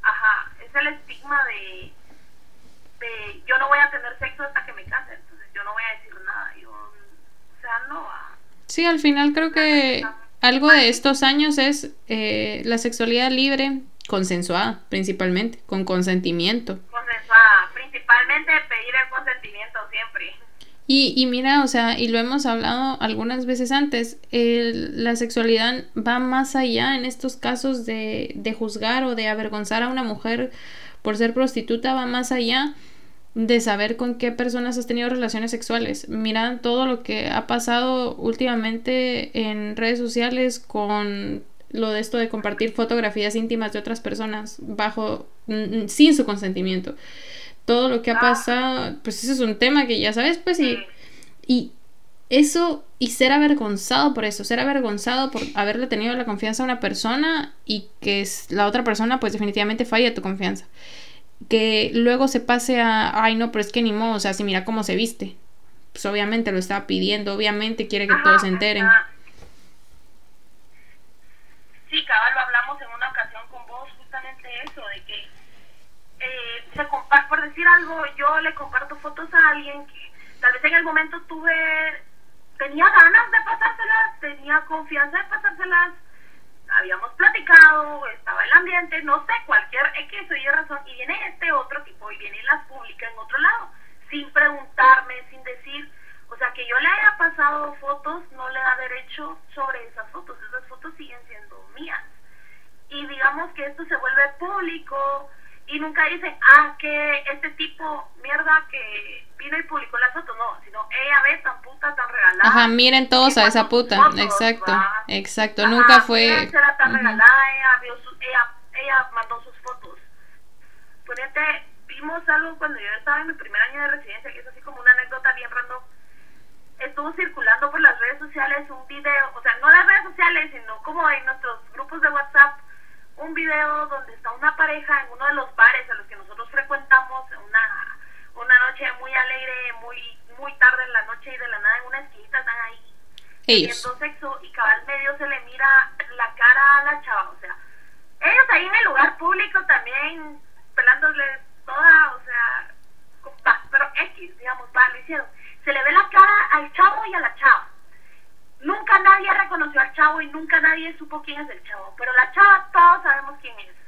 de yo no voy a tener sexo hasta que me case, entonces yo no voy a decir nada, o sea, no. Sí, al final creo que algo de estos años es la sexualidad libre, consensuada, principalmente, con consentimiento. Consensuada, principalmente pedir el consentimiento siempre. Y mira, o sea, y lo hemos hablado algunas veces antes, la sexualidad va más allá en estos casos de juzgar o de avergonzar a una mujer por ser prostituta, va más allá de saber con qué personas has tenido relaciones sexuales. Mira todo lo que ha pasado últimamente en redes sociales con lo de esto de compartir fotografías íntimas de otras personas sin su consentimiento. Todo lo que ha pasado, pues ese es un tema que ya sabes, pues y eso, y ser avergonzado por eso, ser avergonzado por haberle tenido la confianza a una persona y que la otra persona pues definitivamente falla tu confianza. Que luego se pase a, ay no, pero es que ni modo, o sea, si mira cómo se viste, pues obviamente lo estaba pidiendo, obviamente quiere que todos se enteren. Sí, cabal, lo hablamos en una ocasión con vos, justamente eso, de que por decir algo, yo le comparto fotos a alguien que tal vez en el momento tenía ganas de pasárselas, tenía confianza de pasárselas, habíamos platicado, estaba el ambiente, no sé, cualquier X o Y razón, y viene este otro tipo y viene y las publica en otro lado, sin preguntarme, sin decir, o sea, que yo le haya pasado fotos no le da derecho sobre esas fotos siguen siendo mías, y digamos que esto se vuelve público, y nunca dicen, que este tipo, mierda, que vino y publicó las fotos, no, sino ella ve tan puta, tan regalada. Ajá, miren todos a esa puta, fotos, exacto, ajá, nunca fue... Era tan regalada, ella mandó sus fotos. Ponete, vimos algo cuando yo estaba en mi primer año de residencia, que es así como una anécdota bien random. Estuvo circulando por las redes sociales un video, o sea, no las redes sociales, sino como en nuestros grupos de WhatsApp, un video donde está una pareja en uno de los bares a los que nosotros frecuentamos, una noche muy alegre, muy tarde en la noche, y de la nada en una esquinita están ahí teniendo sexo, y cabal medio se le mira la cara a la chava, o sea, ellos ahí en el lugar público también pelándoles toda, o sea, pero X, digamos, lo hicieron. Se le ve la cara al chavo y a la chava. Nunca nadie reconoció al chavo y nunca nadie supo quién es el chavo, pero la chava todos sabemos quién es.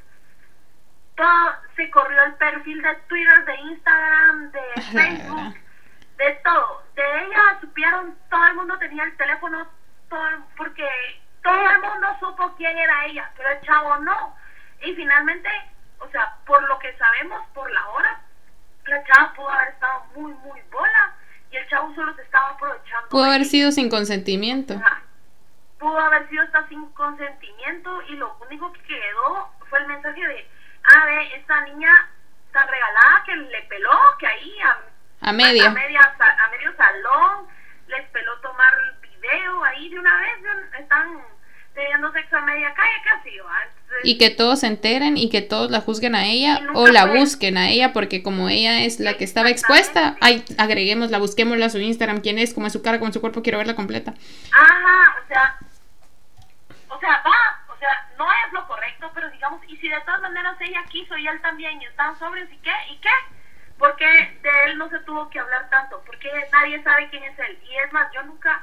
Todo se corrió el perfil de Twitter, de Instagram, de Facebook, de todo. De ella supieron, todo el mundo tenía el teléfono, porque todo el mundo supo quién era ella, pero el chavo no. Y finalmente, o sea, por lo que sabemos, por la hora, la chava pudo haber estado muy, muy bola, y el chavo solo se estaba aprovechando. Pudo haber sido sin consentimiento. Pudo haber sido hasta sin consentimiento, y lo único que quedó fue el mensaje de, ve, esta niña tan regalada que le peló, que ahí a medio salón les peló tomar el video ahí de una vez, están teniendo sexo a media calle casi, ¿va? Entonces, y que todos se enteren y que todos la juzguen a ella o la busquen a ella, porque como ella es la que estaba expuesta, agreguémosla, busquémosla a su Instagram, quién es, cómo es su cara, cómo es su cuerpo, quiero verla completa. O sea, no es lo correcto, pero digamos, y si de todas maneras ella quiso y él también, y estaban sobrios, ¿y qué? Porque de él no se tuvo que hablar tanto, porque nadie sabe quién es él, y es más, yo nunca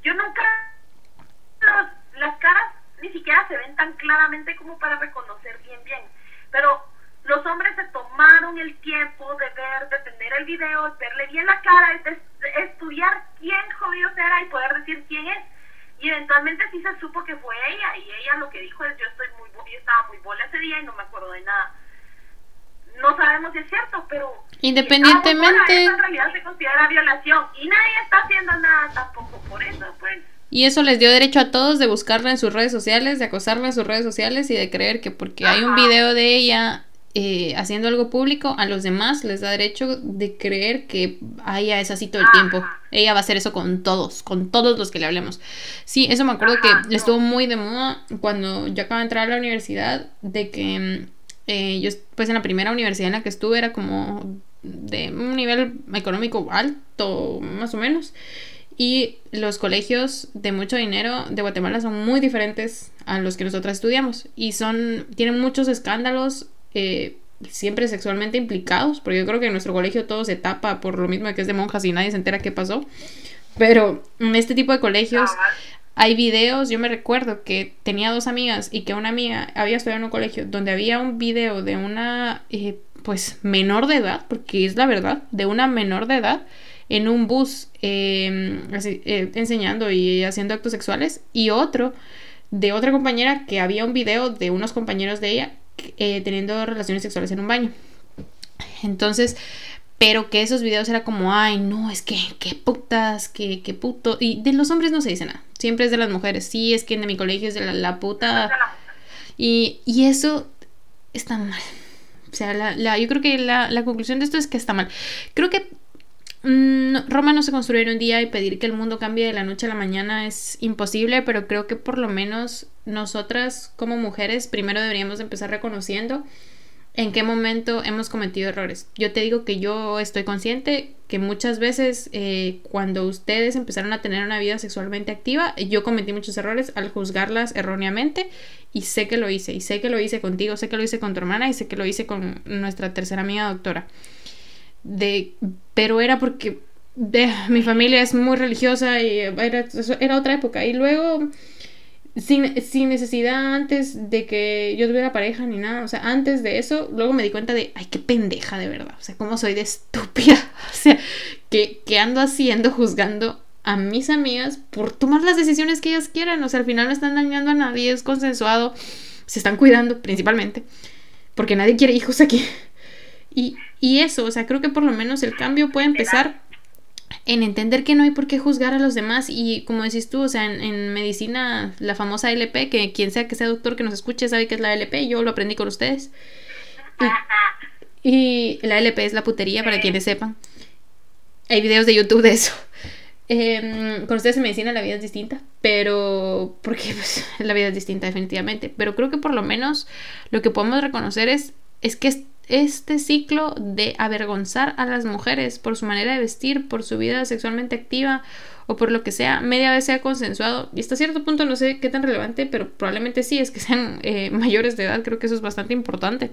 las caras ni siquiera se ven tan claramente como para reconocer bien, pero los hombres se tomaron el tiempo de tener el video, de verle bien la cara, de estudiar quién jodido era y poder decir quién es, y eventualmente sí se supo que fue ella, y ella lo que dijo es, yo estaba muy bola ese día y no me acuerdo de nada. No sabemos si es cierto, pero independientemente, eso en realidad se considera violación, y nadie está haciendo nada tampoco por eso, pues. Y eso les dio derecho a todos de buscarla en sus redes sociales, de acosarla en sus redes sociales y de creer que porque hay un video de ella haciendo algo público, a los demás les da derecho de creer que ella es así todo el tiempo. Ella va a hacer eso con todos los que le hablemos. Sí, eso me acuerdo que estuvo muy de moda cuando yo acababa de entrar a la universidad, de que yo pues en la primera universidad en la que estuve era como de un nivel económico alto, más o menos. Y los colegios de mucho dinero de Guatemala son muy diferentes a los que nosotras estudiamos. Y tienen muchos escándalos, siempre sexualmente implicados. Porque yo creo que en nuestro colegio todo se tapa por lo mismo de que es de monjas y nadie se entera qué pasó. Pero en este tipo de colegios hay videos. Yo me recuerdo que tenía 2 amigas y que una amiga había estudiado en un colegio donde había un video de una pues menor de edad, porque es la verdad, de una menor de edad en un bus enseñando y haciendo actos sexuales, y otro de otra compañera que había un video de unos compañeros de ella teniendo relaciones sexuales en un baño. Entonces, pero que esos videos era como, ay, no, es que, qué putas, qué puto. Y de los hombres no se dice nada, siempre es de las mujeres. Sí, es que de mi colegio es de la puta. Y eso está mal. O sea, yo creo que la conclusión de esto es que está mal. Creo que Roma no se construyó en un día y pedir que el mundo cambie de la noche a la mañana es imposible, pero creo que por lo menos nosotras como mujeres primero deberíamos empezar reconociendo en qué momento hemos cometido errores. Yo te digo que yo estoy consciente que muchas veces cuando ustedes empezaron a tener una vida sexualmente activa, yo cometí muchos errores al juzgarlas erróneamente y sé que lo hice. Y sé que lo hice contigo, sé que lo hice con tu hermana y sé que lo hice con nuestra tercera amiga doctora. Pero era porque mi familia es muy religiosa y era otra época. Y luego... Sin necesidad antes de que yo tuviera pareja ni nada, o sea, antes de eso, luego me di cuenta de, ay, qué pendeja de verdad, o sea, cómo soy de estúpida, o sea, que ando haciendo, juzgando a mis amigas por tomar las decisiones que ellas quieran, o sea, al final no están dañando a nadie, es consensuado, se están cuidando principalmente, porque nadie quiere hijos aquí, y eso, o sea, creo que por lo menos el cambio puede empezar en entender que no hay por qué juzgar a los demás y como decís tú, o sea, en medicina la famosa ALP, que quien sea que sea doctor que nos escuche sabe que es la ALP, yo lo aprendí con ustedes y la ALP es la putería para quienes sepan, hay videos de YouTube de eso. Con ustedes en medicina la vida es distinta, pero porque pues, la vida es distinta definitivamente, pero creo que por lo menos lo que podemos reconocer es que este ciclo de avergonzar a las mujeres por su manera de vestir, por su vida sexualmente activa o por lo que sea, media vez sea consensuado y hasta cierto punto no sé qué tan relevante, pero probablemente sí, es que sean mayores de edad, creo que eso es bastante importante.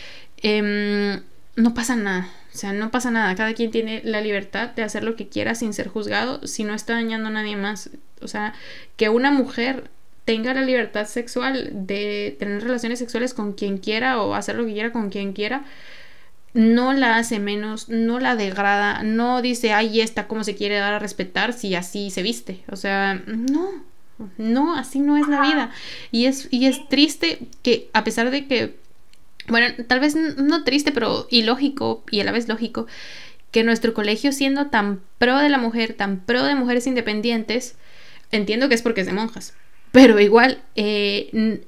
No pasa nada, o sea, no pasa nada, cada quien tiene la libertad de hacer lo que quiera sin ser juzgado, si no está dañando a nadie más, o sea, que una mujer tenga la libertad sexual de tener relaciones sexuales con quien quiera o hacer lo que quiera con quien quiera, no la hace menos, no la degrada, no dice, ay, esta cómo se quiere dar a respetar si así se viste, o sea, no, así no es la vida, y es triste que a pesar de que, bueno, tal vez no triste, pero ilógico y a la vez lógico, que nuestro colegio siendo tan pro de la mujer, tan pro de mujeres independientes, entiendo que es porque es de monjas, pero igual el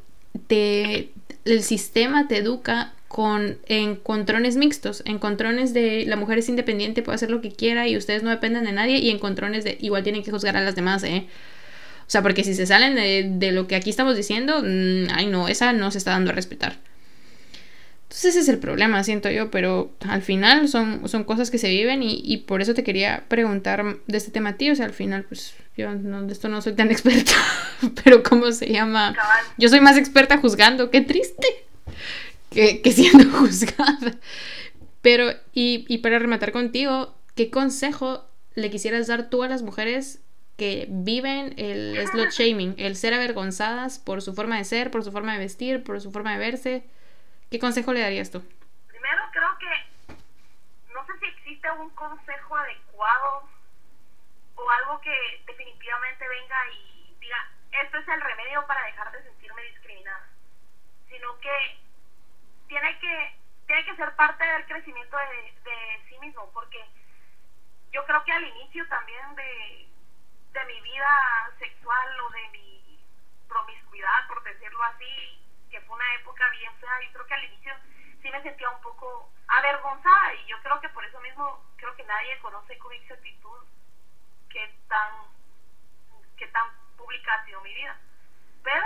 sistema te educa en encontrones mixtos, encontrones de la mujer es independiente, puede hacer lo que quiera y ustedes no dependen de nadie, y encontrones de igual tienen que juzgar a las demás, o sea, porque si se salen de lo que aquí estamos diciendo, ay no, esa no se está dando a respetar. Entonces ese es el problema, siento yo, pero al final son cosas que se viven y por eso te quería preguntar de este tema a ti, o sea, al final pues yo de esto no soy tan experta, pero ¿cómo se llama? Yo soy más experta juzgando, qué triste que siendo juzgada. Pero, y para rematar contigo, ¿qué consejo le quisieras dar tú a las mujeres que viven el slut shaming, el ser avergonzadas por su forma de ser, por su forma de vestir, por su forma de verse? ¿Qué consejo le darías tú? Primero, creo que no sé si existe un consejo adecuado o algo que definitivamente venga y diga, esto es el remedio para dejar de sentirme discriminada, sino que tiene que ser parte del crecimiento de sí mismo, porque yo creo que al inicio también de mi vida sexual o de mi promiscuidad, por decirlo así, que fue una época bien fea, yo creo que al inicio sí me sentía un poco avergonzada y yo creo que por eso mismo creo que nadie conoce con exactitud qué tan pública ha sido mi vida, pero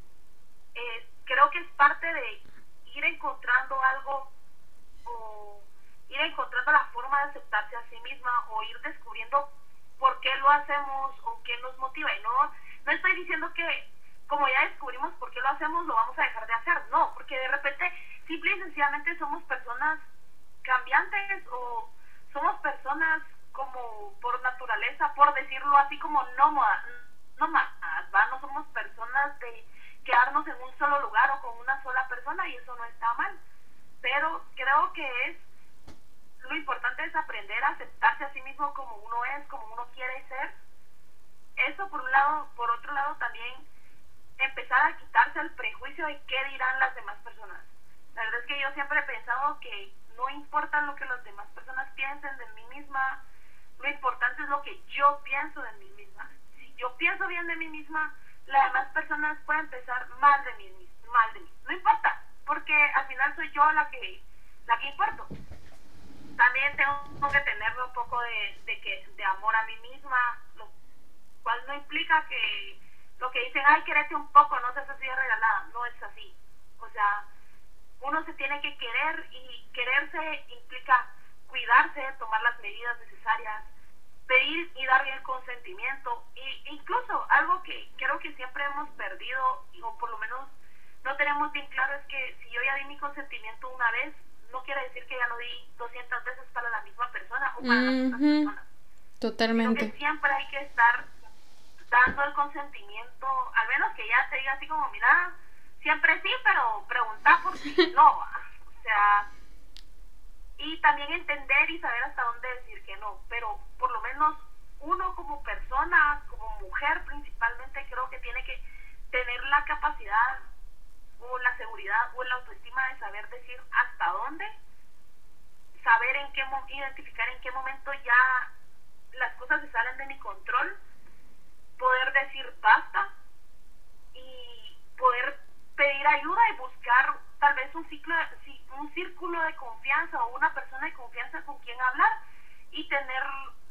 creo que es parte de ir encontrando algo o ir encontrando la forma de aceptarse a sí misma o ir descubriendo por qué lo hacemos o qué nos motiva. Y no estoy diciendo que como ya descubrimos por qué lo hacemos, lo vamos a dejar de hacer. No, porque de repente simple y sencillamente somos personas cambiantes o somos personas como por naturaleza, por decirlo así, como nómadas, ¿va? No somos personas de quedarnos en un solo lugar o con una sola persona y eso no está mal. Pero creo que lo importante es aprender a aceptarse a sí mismo como uno es, como uno quiere ser. Eso por un lado. Por otro lado también empezar a quitarse el prejuicio de qué dirán las demás personas. La verdad es que yo siempre he pensado que no importa lo que las demás personas piensen de mí misma, lo importante es lo que yo pienso de mí misma. Si yo pienso bien de mí misma, las demás personas pueden pensar mal de mí, no importa, porque al final soy yo la que importo. También tengo que tener un poco de amor a mí misma, lo cual no implica que lo que dicen, ay, quererte un poco, no seas así de regalada, no es así. O sea, uno se tiene que querer, y quererse implica cuidarse, tomar las medidas necesarias, pedir y dar el consentimiento, e incluso algo que creo que siempre hemos perdido, o por lo menos no tenemos bien claro, es que si yo ya di mi consentimiento una vez, no quiere decir que ya lo di 200 veces para la misma persona o para las otras personas. Totalmente. Creo que siempre hay que estar dando el consentimiento, al menos que ya te diga así como, mira, siempre sí, pero preguntar por si no, o sea, y también entender y saber hasta dónde decir que no, pero por lo menos uno como persona, como mujer principalmente, creo que tiene que tener la capacidad o la seguridad o la autoestima de saber decir hasta dónde, saber identificar en qué momento ya las cosas se salen de mi control, poder decir basta y poder pedir ayuda y buscar tal vez un círculo de confianza o una persona de confianza con quien hablar y tener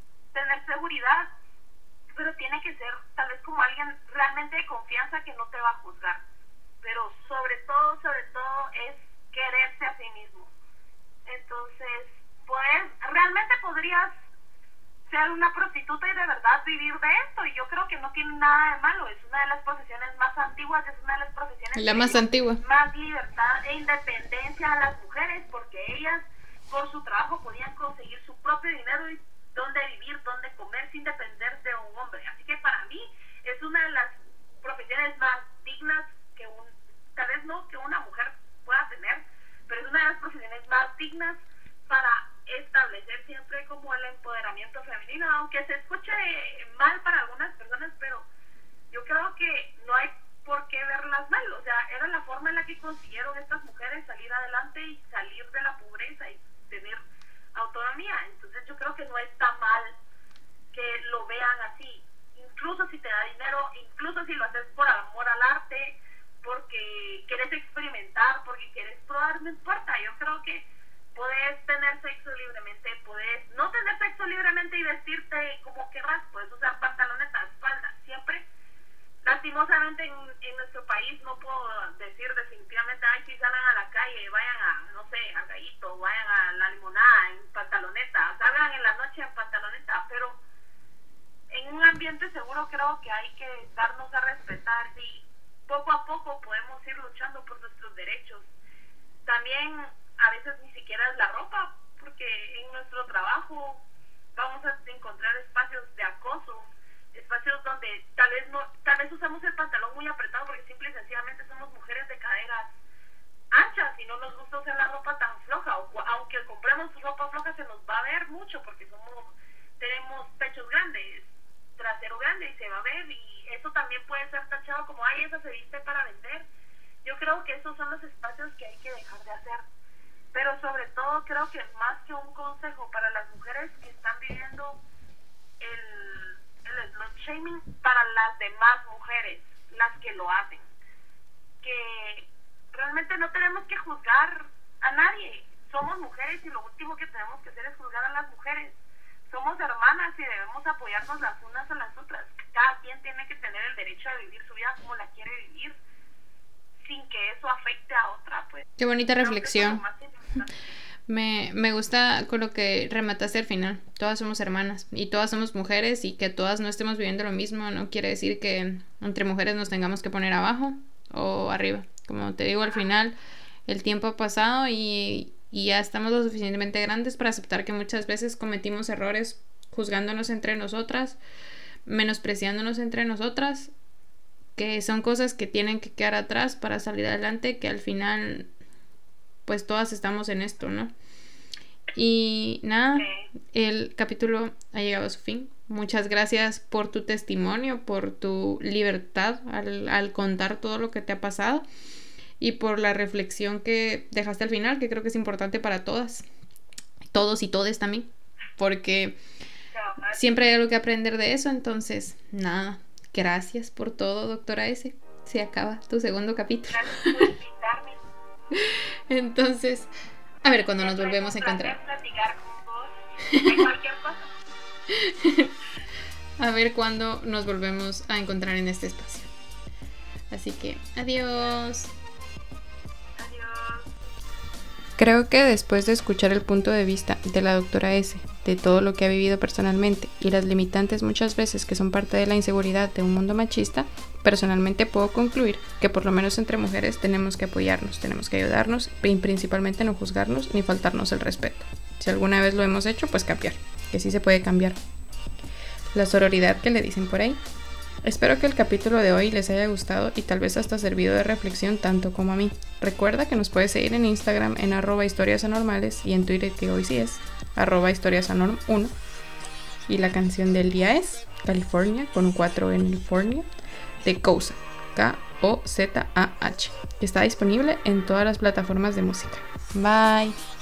seguridad, pero tiene que ser tal vez como alguien realmente de confianza que no te va a juzgar, pero sobre todo es quererse a sí mismo. Entonces, realmente podrías ser una prostituta y de verdad vivir de esto, y yo creo que no tiene nada de malo. Es una de las profesiones más antiguas, es una de las profesiones la más antigua, más libertad e independencia a las mujeres, porque ellas por su trabajo podían conseguir su propio dinero y dónde vivir, dónde comer sin depender de un hombre. Así que para mí es una de las profesiones más dignas que tal vez no que una mujer pueda tener, pero es una de las profesiones más dignas para establecer siempre como el empoderamiento femenino, aunque se escuche mal para algunas personas, pero yo creo que no hay por qué verlas mal. O sea, era la forma en la que consiguieron estas mujeres salir adelante y salir de la pobreza y tener autonomía. Entonces yo creo que no está mal que lo vean así, incluso si te da dinero, incluso si lo haces por amor al arte, porque quieres experimentar, porque quieres probar, no importa. Yo creo que puedes tener sexo libremente, puedes no tener sexo libremente y vestirte como querrás, puedes usar pantalones a espaldas, siempre. Lastimosamente en nuestro país no puedo decir definitivamente, ay, si salgan a la calle, vayan a, no sé, al Gallito, vayan a la Limonada en pantaloneta, salgan en la noche en pantaloneta, pero en un ambiente seguro creo que hay que darnos a respetar y poco a poco podemos ir luchando por nuestros derechos. También a veces ni siquiera es la ropa, porque en nuestro trabajo vamos a encontrar espacios de acoso, espacios donde tal vez usamos el pantalón muy apretado porque simple y sencillamente somos mujeres de caderas anchas y no nos gusta usar la ropa tan floja, o aunque compremos ropa floja se nos va a ver mucho porque tenemos pechos grandes, trasero grande y se va a ver, y eso también puede ser tachado como, ay, esa se viste para vender. Yo creo que esos son los espacios que hay que dejar de hacer. Pero sobre todo creo que más que un consejo para las mujeres que están viviendo el slut shaming, para las demás mujeres, las que lo hacen, que realmente no tenemos que juzgar a nadie. Somos mujeres y lo último que tenemos que hacer es juzgar a las mujeres. Somos hermanas y debemos apoyarnos las unas a las otras. Cada quien tiene que tener el derecho a vivir su vida como la quiere vivir, sin que eso afecte a otra, pues. Qué bonita reflexión. Me gusta con lo que remataste al final. Todas somos hermanas y todas somos mujeres, y que todas no estemos viviendo lo mismo no quiere decir que entre mujeres nos tengamos que poner abajo o arriba. Como te digo, al final el tiempo ha pasado y ya estamos lo suficientemente grandes para aceptar que muchas veces cometimos errores juzgándonos entre nosotras, menospreciándonos entre nosotras, que son cosas que tienen que quedar atrás para salir adelante, que al final pues todas estamos en esto, ¿no? Y nada, el capítulo ha llegado a su fin. Muchas gracias por tu testimonio, por tu libertad al contar todo lo que te ha pasado y por la reflexión que dejaste al final, que creo que es importante para todas. todos y todes también, porque siempre hay algo que aprender de eso. Entonces, nada, gracias por todo, doctora S. Se acaba tu segundo capítulo. Gracias por invitarme. Entonces, a ver cuando nos volvemos a encontrar. Platicar con vos de cualquier cosa. A ver cuándo nos volvemos a encontrar en este espacio. Así que, adiós. Creo que después de escuchar el punto de vista de la doctora S, de todo lo que ha vivido personalmente y las limitantes muchas veces que son parte de la inseguridad de un mundo machista, personalmente puedo concluir que por lo menos entre mujeres tenemos que apoyarnos, tenemos que ayudarnos y principalmente no juzgarnos ni faltarnos el respeto. Si alguna vez lo hemos hecho, pues cambiar, que sí se puede cambiar. La sororidad que le dicen por ahí. Espero que el capítulo de hoy les haya gustado y tal vez hasta servido de reflexión tanto como a mí. Recuerda que nos puedes seguir en Instagram en @historiasanormales y en Twitter, que hoy sí es @historiasanorm1. Y la canción del día es California, con un 4 en California, de Kozah, Kozah, que está disponible en todas las plataformas de música. Bye.